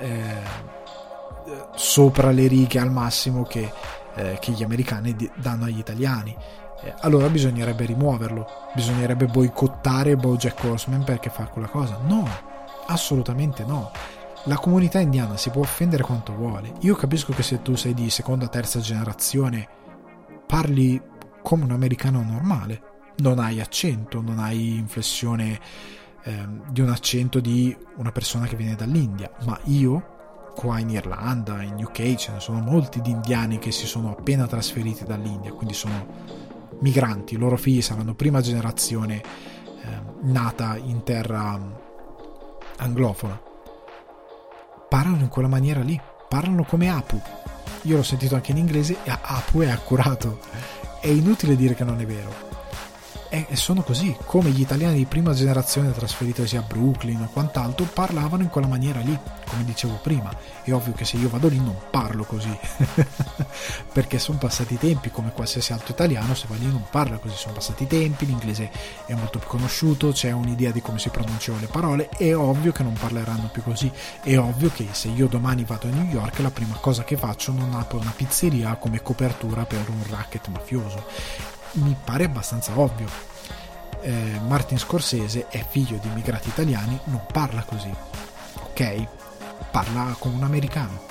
sopra le righe al massimo che gli americani danno agli italiani. Allora bisognerebbe rimuoverlo, bisognerebbe boicottare BoJack Horseman perché fa quella cosa. No, assolutamente no. La comunità indiana si può offendere quanto vuole. Io capisco che se tu sei di seconda terza generazione parli come un americano normale, non hai accento, non hai inflessione di un accento di una persona che viene dall'India, ma io qua in Irlanda, in UK ce ne sono molti di indiani che si sono appena trasferiti dall'India, quindi sono migranti, i loro figli saranno prima generazione nata in terra anglofona, parlano in quella maniera lì, parlano come Apu. Io l'ho sentito anche in inglese e Apu è accurato, è inutile dire che non è vero, e sono così, come gli italiani di prima generazione trasferitosi a Brooklyn o quant'altro parlavano in quella maniera lì, come dicevo prima. È ovvio che se io vado lì non parlo così perché sono passati i tempi, come qualsiasi altro italiano se va lì non parla così, sono passati i tempi, l'inglese è molto più conosciuto, c'è un'idea di come si pronunciano le parole, è ovvio che non parleranno più così, è ovvio che se io domani vado a New York la prima cosa che faccio non apro una pizzeria come copertura per un racket mafioso. Mi pare abbastanza ovvio. Martin Scorsese è figlio di immigrati italiani, non parla così, ok? Parla come un americano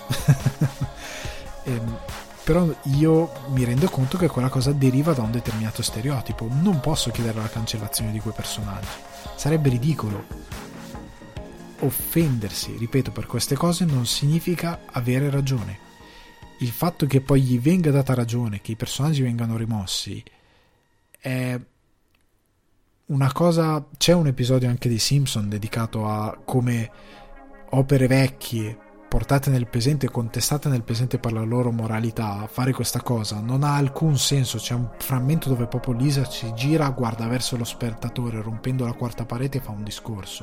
però io mi rendo conto che quella cosa deriva da un determinato stereotipo, non posso chiedere la cancellazione di quei personaggi, sarebbe ridicolo. Offendersi, ripeto, per queste cose non significa avere ragione. Il fatto che poi gli venga data ragione, che i personaggi vengano rimossi, è una cosa. C'è un episodio anche di Simpson dedicato a come opere vecchie portate nel presente, contestate nel presente per la loro moralità, fare questa cosa non ha alcun senso. C'è un frammento dove proprio Lisa si gira, guarda verso lo spettatore rompendo la quarta parete e fa un discorso.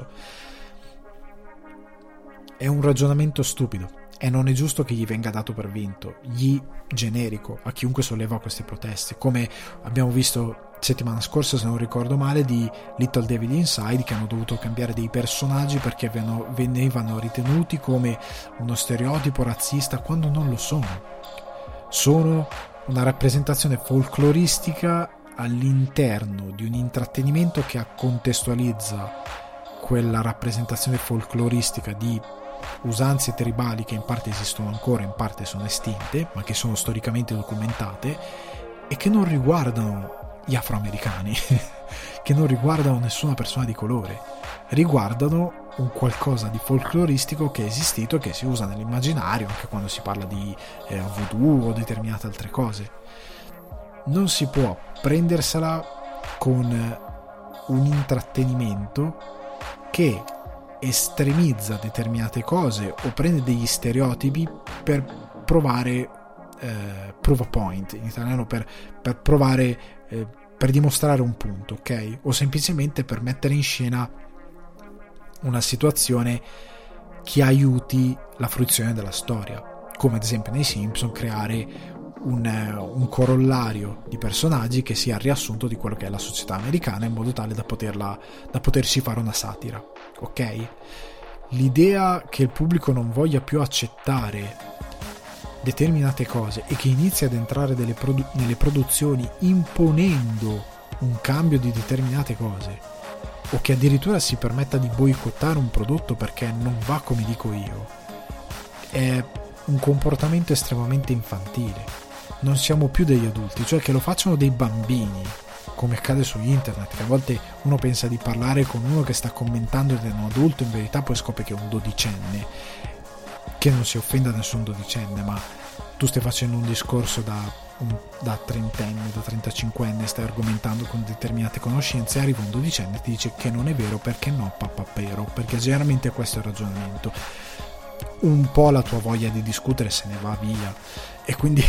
È un ragionamento stupido e non è giusto che gli venga dato per vinto, gli generico a chiunque solleva queste proteste, come abbiamo visto settimana scorsa, se non ricordo male, di Little Devil Inside, che hanno dovuto cambiare dei personaggi perché venivano ritenuti come uno stereotipo razzista quando non lo sono. Sono una rappresentazione folcloristica all'interno di un intrattenimento che contestualizza quella rappresentazione folcloristica di usanze tribali che in parte esistono ancora, in parte sono estinte, ma che sono storicamente documentate e che non riguardano gli afroamericani, che non riguardano nessuna persona di colore, riguardano un qualcosa di folcloristico che è esistito e che si usa nell'immaginario anche quando si parla di voodoo o determinate altre cose. Non si può prendersela con un intrattenimento che estremizza determinate cose o prende degli stereotipi per provare prove a point in italiano, per provare per dimostrare un punto, ok? O semplicemente per mettere in scena una situazione che aiuti la fruizione della storia, come ad esempio nei Simpson creare un corollario di personaggi che sia il riassunto di quello che è la società americana, in modo tale da poterci fare una satira, ok? L'idea che il pubblico non voglia più accettare determinate cose e che inizi ad entrare nelle produzioni imponendo un cambio di determinate cose, o che addirittura si permetta di boicottare un prodotto perché non va come dico io, è un comportamento estremamente infantile. Non siamo più degli adulti, cioè che lo facciano dei bambini, come accade su internet, che a volte uno pensa di parlare con uno che sta commentando ed è un adulto, in verità poi scopre che è un dodicenne, che non si offenda nessun dodicenne, ma tu stai facendo un discorso da trentenne, da 35enne, stai argomentando con determinate conoscenze, arriva un dodicenne e ti dice che non è vero, perché no pappapero, perché generalmente questo è il ragionamento. Un po' la tua voglia di discutere se ne va via e quindi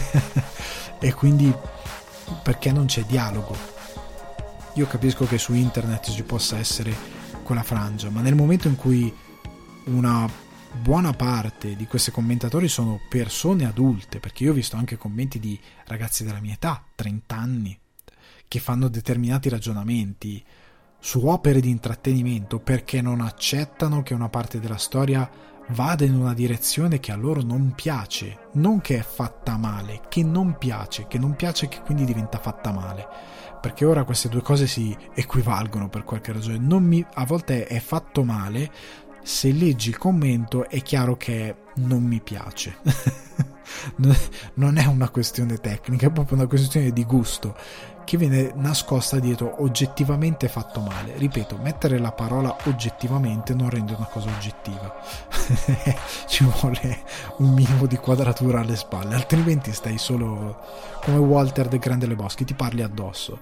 e quindi perché non c'è dialogo. Io capisco che su internet ci possa essere quella frangia, ma nel momento in cui una buona parte di questi commentatori sono persone adulte, perché io ho visto anche commenti di ragazzi della mia età, 30 anni, che fanno determinati ragionamenti su opere di intrattenimento perché non accettano che una parte della storia vada in una direzione che a loro non piace, non che è fatta male, che non piace, che quindi diventa fatta male, perché ora queste due cose si equivalgono per qualche ragione. A volte è fatto male, se leggi il commento è chiaro che non mi piace. Non è una questione tecnica, è proprio una questione di gusto che viene nascosta dietro oggettivamente fatto male. Ripeto, mettere la parola oggettivamente non rende una cosa oggettiva. Ci vuole un minimo di quadratura alle spalle, altrimenti stai solo come Walter del Grande Lebowski, ti parli addosso.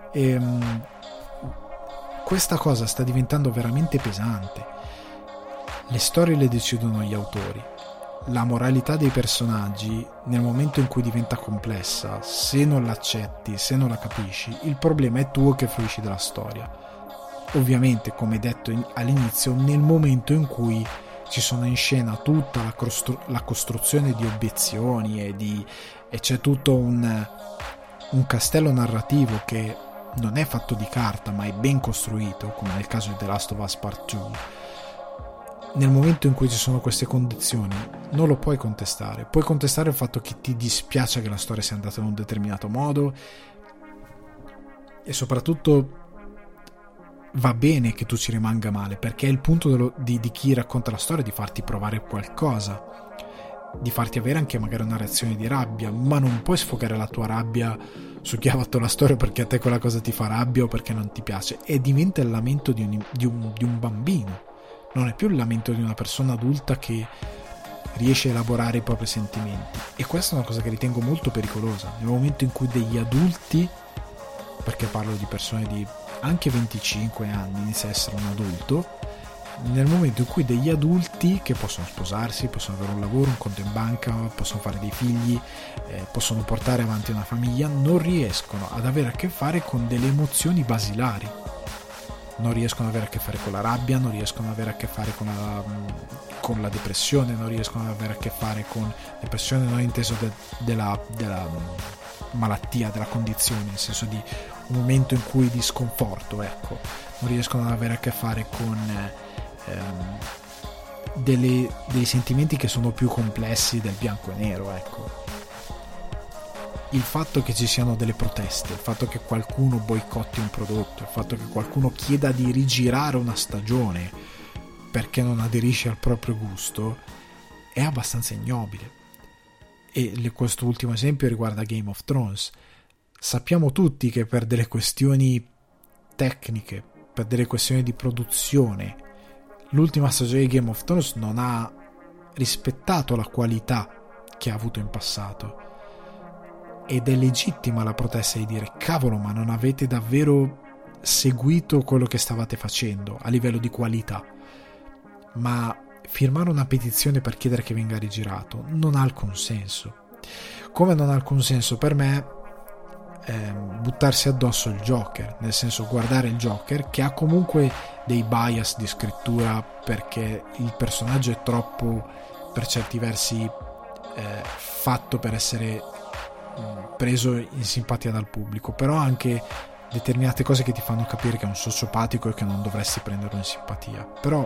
Questa cosa sta diventando veramente pesante. Le storie le decidono gli autori. La moralità dei personaggi, nel momento in cui diventa complessa, se non l'accetti, se non la capisci, il problema è tuo che fruisci della storia. Ovviamente, come detto all'inizio, nel momento in cui ci sono in scena tutta la costruzione di obiezioni e c'è tutto un castello narrativo che non è fatto di carta ma è ben costruito, come nel caso di The Last of Us Part 2. Nel momento in cui ci sono queste condizioni non lo puoi contestare. Puoi contestare il fatto che ti dispiace che la storia sia andata in un determinato modo, e soprattutto va bene che tu ci rimanga male, perché è il punto di chi racconta la storia, di farti provare qualcosa, di farti avere anche magari una reazione di rabbia, ma non puoi sfogare la tua rabbia su chi ha fatto la storia perché a te quella cosa ti fa rabbia o perché non ti piace, e diventa il lamento di un bambino. Non è più il lamento di una persona adulta che riesce a elaborare i propri sentimenti, e questa è una cosa che ritengo molto pericolosa. Nel momento in cui degli adulti, perché parlo di persone di anche 25 anni, inizia a essere un adulto, nel momento in cui degli adulti che possono sposarsi, possono avere un lavoro, un conto in banca, possono fare dei figli, possono portare avanti una famiglia, non riescono ad avere a che fare con delle emozioni basilari. Non riescono ad avere a che fare con la rabbia, non riescono ad avere a che fare con la depressione, non riescono ad avere a che fare con depressione non inteso della malattia, della condizione, nel senso di un momento in cui di sconforto, ecco. Non riescono ad avere a che fare con dei sentimenti che sono più complessi del bianco e nero, ecco. il fatto che ci siano delle proteste, il fatto che qualcuno boicotti un prodotto, il fatto che qualcuno chieda di rigirare una stagione perché non aderisce al proprio gusto, è abbastanza ignobile. E questo ultimo esempio riguarda Game of Thrones. Sappiamo tutti che per delle questioni tecniche, per delle questioni di produzione, l'ultima stagione di Game of Thrones non ha rispettato la qualità che ha avuto in passato, ed è legittima la protesta di dire cavolo, ma non avete davvero seguito quello che stavate facendo a livello di qualità. Ma firmare una petizione per chiedere che venga rigirato non ha alcun senso, come non ha alcun senso per me buttarsi addosso il Joker, nel senso guardare il Joker che ha comunque dei bias di scrittura perché il personaggio è troppo, per certi versi, fatto per essere preso in simpatia dal pubblico, però anche determinate cose che ti fanno capire che è un sociopatico e che non dovresti prenderlo in simpatia. Però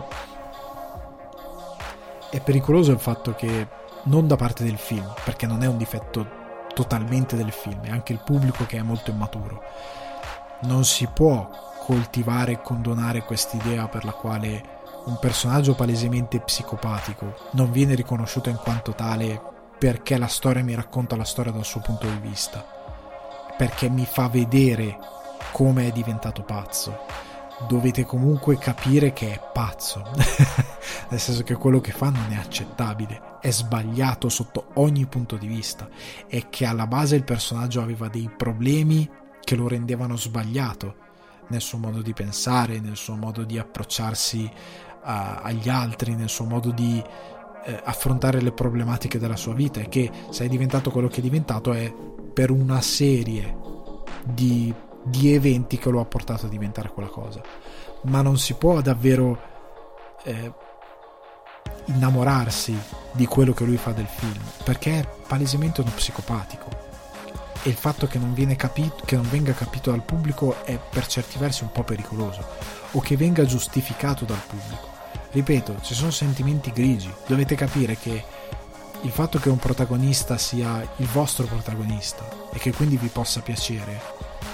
è pericoloso il fatto che, non da parte del film, perché non è un difetto totalmente del film, è anche il pubblico che è molto immaturo, non si può coltivare e condonare quest'idea per la quale un personaggio palesemente psicopatico non viene riconosciuto in quanto tale perché la storia mi racconta la storia dal suo punto di vista, perché mi fa vedere come è diventato pazzo. Dovete comunque capire che è pazzo nel senso che quello che fa non è accettabile, è sbagliato sotto ogni punto di vista, e che alla base il personaggio aveva dei problemi che lo rendevano sbagliato nel suo modo di pensare, nel suo modo di approcciarsi agli altri, nel suo modo di affrontare le problematiche della sua vita, e che se è diventato quello che è diventato è per una serie di eventi che lo ha portato a diventare quella cosa. Ma non si può davvero innamorarsi di quello che lui fa del film, perché è palesemente uno psicopatico, e il fatto che non viene capito, che non venga capito dal pubblico, è per certi versi un po' pericoloso, o che venga giustificato dal pubblico. Ripeto, ci sono sentimenti grigi, dovete capire che il fatto che un protagonista sia il vostro protagonista e che quindi vi possa piacere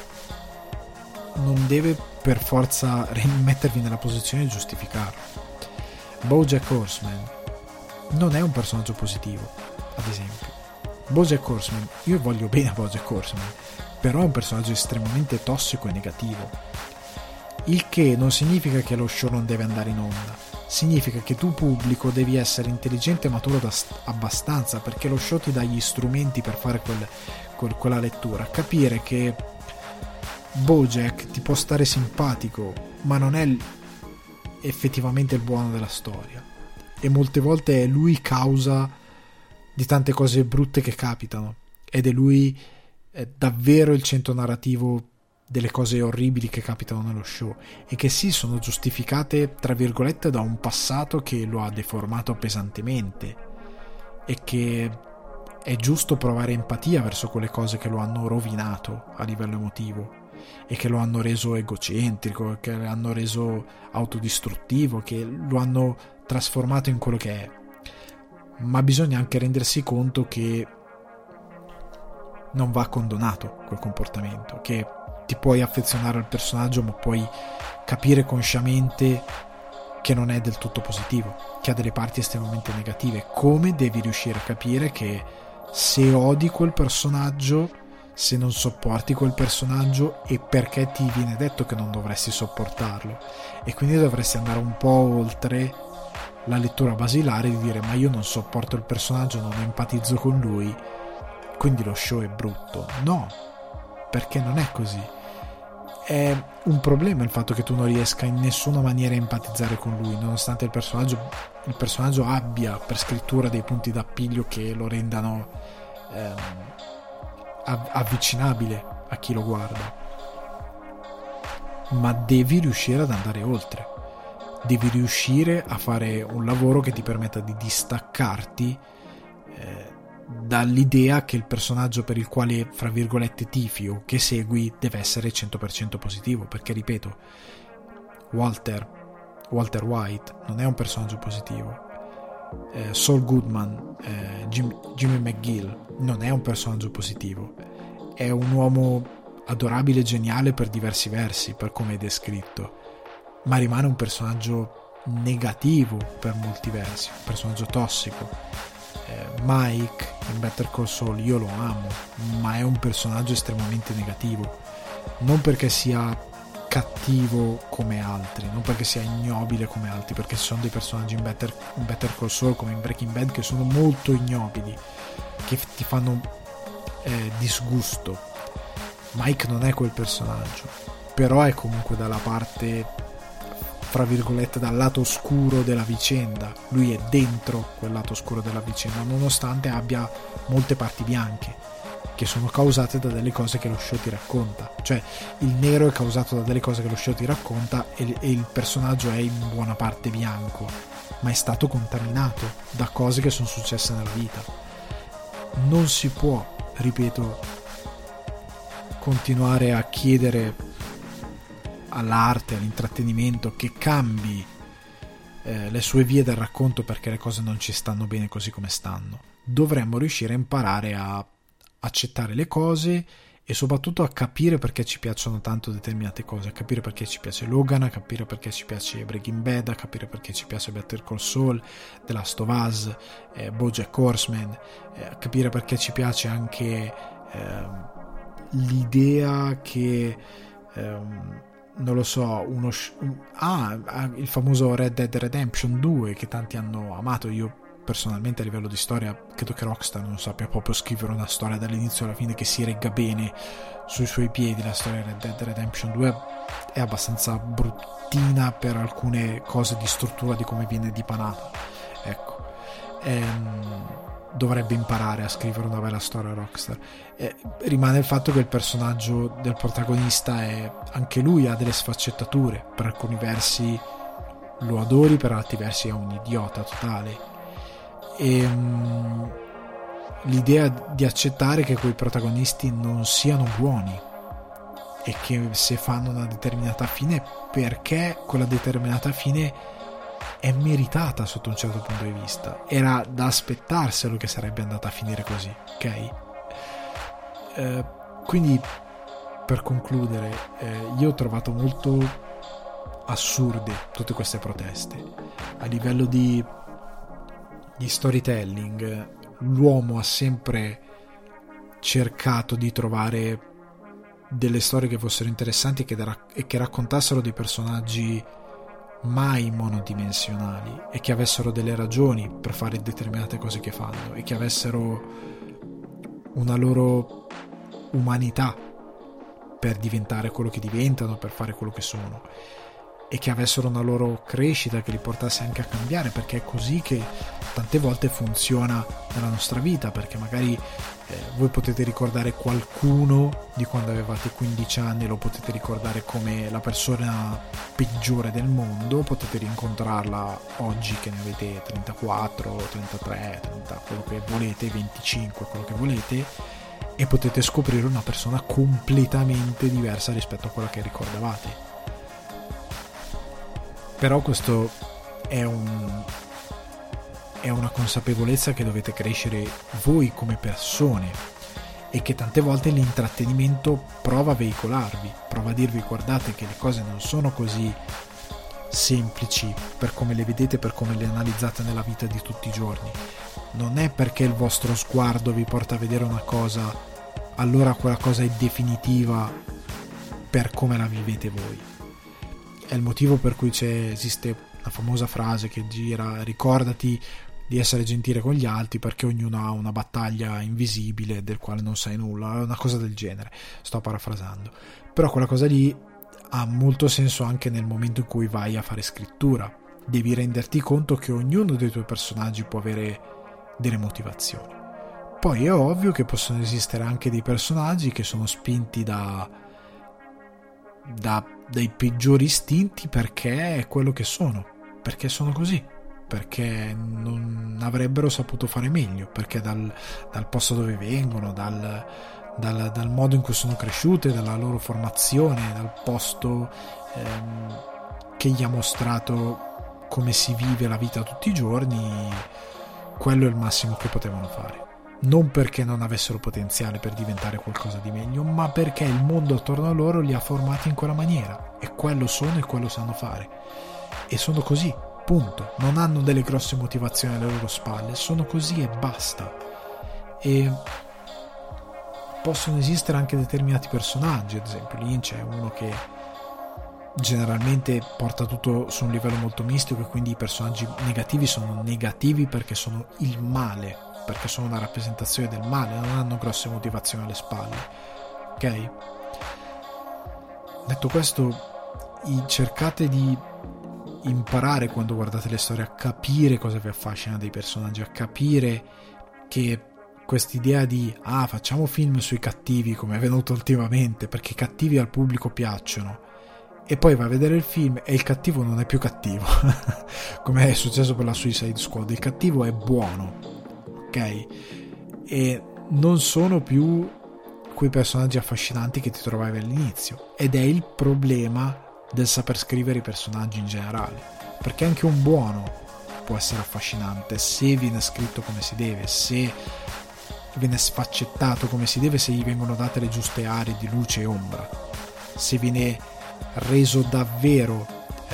non deve per forza mettervi nella posizione di giustificarlo. BoJack Horseman non è un personaggio positivo, ad esempio. BoJack Horseman, io voglio bene a BoJack Horseman, però è un personaggio estremamente tossico e negativo, il che non significa che lo show non deve andare in onda, significa che tu pubblico devi essere intelligente e maturo abbastanza, perché lo show ti dà gli strumenti per fare quella lettura, capire che BoJack ti può stare simpatico ma non è effettivamente il buono della storia, e molte volte è lui causa di tante cose brutte che capitano, ed è lui davvero il centro narrativo delle cose orribili che capitano nello show, e che sì, sono giustificate tra virgolette da un passato che lo ha deformato pesantemente, e che è giusto provare empatia verso quelle cose che lo hanno rovinato a livello emotivo e che lo hanno reso egocentrico, che lo hanno reso autodistruttivo, che lo hanno trasformato in quello che è. Ma bisogna anche rendersi conto che non va condonato quel comportamento, che ti puoi affezionare al personaggio ma puoi capire consciamente che non è del tutto positivo, che ha delle parti estremamente negative, come devi riuscire a capire che se odi quel personaggio, se non sopporti quel personaggio, e perché ti viene detto che non dovresti sopportarlo, e quindi dovresti andare un po' oltre la lettura basilare di dire ma io non sopporto il personaggio, non empatizzo con lui, quindi lo show è brutto. No, perché non è così. È un problema il fatto che tu non riesca in nessuna maniera a empatizzare con lui, nonostante il personaggio abbia per scrittura dei punti d'appiglio che lo rendano avvicinabile a chi lo guarda. Ma devi riuscire ad andare oltre, devi riuscire a fare un lavoro che ti permetta di distaccarti dall'idea che il personaggio per il quale, fra virgolette, tifi o che segui deve essere 100% positivo, perché ripeto, Walter White non è un personaggio positivo, Saul Goodman, Jimmy McGill non è un personaggio positivo, è un uomo adorabile e geniale per diversi versi, per come è descritto, ma rimane un personaggio negativo per molti versi, un personaggio tossico. Mike in Better Call Saul io lo amo, ma è un personaggio estremamente negativo, non perché sia cattivo come altri, non perché sia ignobile come altri, perché ci sono dei personaggi in Better Call Saul come in Breaking Bad che sono molto ignobili, che ti fanno disgusto. Mike non è quel personaggio, però è comunque dalla parte, fra virgolette, dal lato oscuro della vicenda. Lui è dentro quel lato oscuro della vicenda, nonostante abbia molte parti bianche che sono causate da delle cose che lo show ti racconta. Cioè il nero è causato da delle cose che lo show ti racconta e il personaggio è in buona parte bianco, ma è stato contaminato da cose che sono successe nella vita. Non si può, ripeto, continuare a chiedere all'arte, all'intrattenimento che cambi le sue vie del racconto perché le cose non ci stanno bene così come stanno. Dovremmo riuscire a imparare a accettare le cose e soprattutto a capire perché ci piacciono tanto determinate cose, a capire perché ci piace Logan, a capire perché ci piace Breaking Bad, a capire perché ci piace Better Call Saul, The Last of Us, BoJack Horseman, a capire perché ci piace anche l'idea che non lo so, il famoso Red Dead Redemption 2 che tanti hanno amato. Io personalmente a livello di storia credo che Rockstar non sappia proprio scrivere una storia dall'inizio alla fine che si regga bene sui suoi piedi. La storia di Red Dead Redemption 2 è abbastanza bruttina per alcune cose di struttura, di come viene dipanata, ecco. Dovrebbe imparare a scrivere una bella storia Rockstar. Rimane il fatto che il personaggio del protagonista è anche lui, ha delle sfaccettature, per alcuni versi lo adori, per altri versi è un idiota totale. E l'idea di accettare che quei protagonisti non siano buoni e che se fanno una determinata fine perché quella determinata fine è meritata sotto un certo punto di vista, era da aspettarselo che sarebbe andata a finire così, ok? Quindi per concludere, io ho trovato molto assurde tutte queste proteste a livello di storytelling. L'uomo ha sempre cercato di trovare delle storie che fossero interessanti e che raccontassero dei personaggi mai monodimensionali e che avessero delle ragioni per fare determinate cose che fanno e che avessero una loro umanità per diventare quello che diventano, per fare quello che sono, e che avessero una loro crescita che li portasse anche a cambiare, perché è così che tante volte funziona nella nostra vita, perché magari voi potete ricordare qualcuno di quando avevate 15 anni, lo potete ricordare come la persona peggiore del mondo, potete rincontrarla oggi che ne avete 34, 33, 30, quello che volete, 25, quello che volete, e potete scoprire una persona completamente diversa rispetto a quella che ricordavate. Però questo è una consapevolezza che dovete crescere voi come persone e che tante volte l'intrattenimento prova a veicolarvi, prova a dirvi: guardate che le cose non sono così semplici per come le vedete, per come le analizzate nella vita di tutti i giorni. Non è perché il vostro sguardo vi porta a vedere una cosa, allora quella cosa è definitiva per come la vivete voi. È il motivo per cui esiste una famosa frase che gira: ricordati di essere gentile con gli altri perché ognuno ha una battaglia invisibile del quale non sai nulla, una cosa del genere, sto parafrasando, però quella cosa lì ha molto senso anche nel momento in cui vai a fare scrittura. Devi renderti conto che ognuno dei tuoi personaggi può avere delle motivazioni. Poi è ovvio che possono esistere anche dei personaggi che sono spinti dai peggiori istinti perché è quello che sono, perché sono così, perché non avrebbero saputo fare meglio, perché dal posto dove vengono, dal modo in cui sono cresciute, dalla loro formazione, dal posto che gli ha mostrato come si vive la vita tutti i giorni, quello è il massimo che potevano fare. non perché non avessero potenziale per diventare qualcosa di meglio, ma perché il mondo attorno a loro li ha formati in quella maniera, e quello sono e quello sanno fare, e sono così, punto. Non hanno delle grosse motivazioni alle loro spalle, sono così e basta. E possono esistere anche determinati personaggi, ad esempio Lynch è uno che generalmente porta tutto su un livello molto mistico, e quindi i personaggi negativi sono negativi perché sono il male, perché sono una rappresentazione del male, non hanno grosse motivazioni alle spalle, ok? Detto questo, cercate di imparare, quando guardate le storie, a capire cosa vi affascina dei personaggi, a capire che quest'idea di facciamo film sui cattivi, come è venuto ultimamente, perché i cattivi al pubblico piacciono, e poi va a vedere il film e il cattivo non è più cattivo come è successo per la Suicide Squad, il cattivo è buono, ok? E non sono più quei personaggi affascinanti che ti trovavi all'inizio, ed è il problema del saper scrivere i personaggi in generale, perché anche un buono può essere affascinante se viene scritto come si deve, se viene sfaccettato come si deve, se gli vengono date le giuste aree di luce e ombra, se viene reso davvero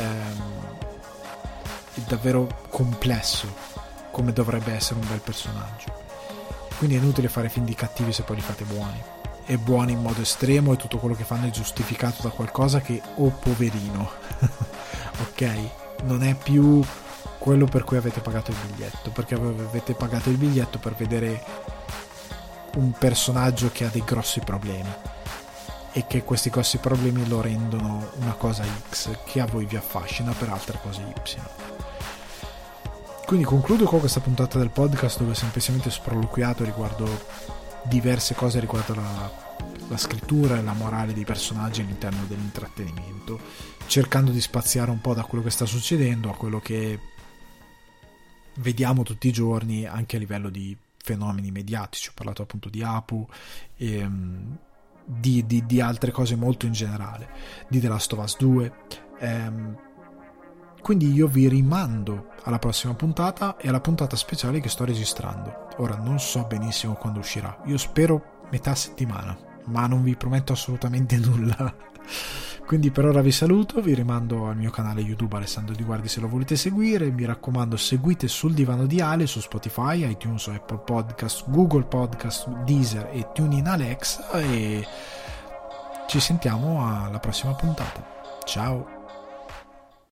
complesso, come dovrebbe essere un bel personaggio. Quindi è inutile fare film di cattivi se poi li fate buoni, e buoni in modo estremo, e tutto quello che fanno è giustificato da qualcosa che, poverino ok, non è più quello per cui avete pagato il biglietto, perché avete pagato il biglietto per vedere un personaggio che ha dei grossi problemi, e che questi grossi problemi lo rendono una cosa X che a voi vi affascina per altre cose Y. Quindi concludo con questa puntata del podcast, dove ho semplicemente sproloquiato riguardo diverse cose riguardo la scrittura e la morale dei personaggi all'interno dell'intrattenimento, cercando di spaziare un po' da quello che sta succedendo a quello che vediamo tutti i giorni anche a livello di fenomeni mediatici. Ho parlato appunto di Apu e di altre cose molto in generale, di The Last of Us 2. Quindi io vi rimando alla prossima puntata e alla puntata speciale che sto registrando. Ora non so benissimo quando uscirà, io spero metà settimana, ma non vi prometto assolutamente nulla. Quindi per ora vi saluto, vi rimando al mio canale YouTube Alessandro Di Guardi se lo volete seguire. Mi raccomando, seguite Sul Divano di Ale su Spotify, iTunes, Apple Podcast, Google Podcast, Deezer e TuneIn Alexa, e ci sentiamo alla prossima puntata. Ciao!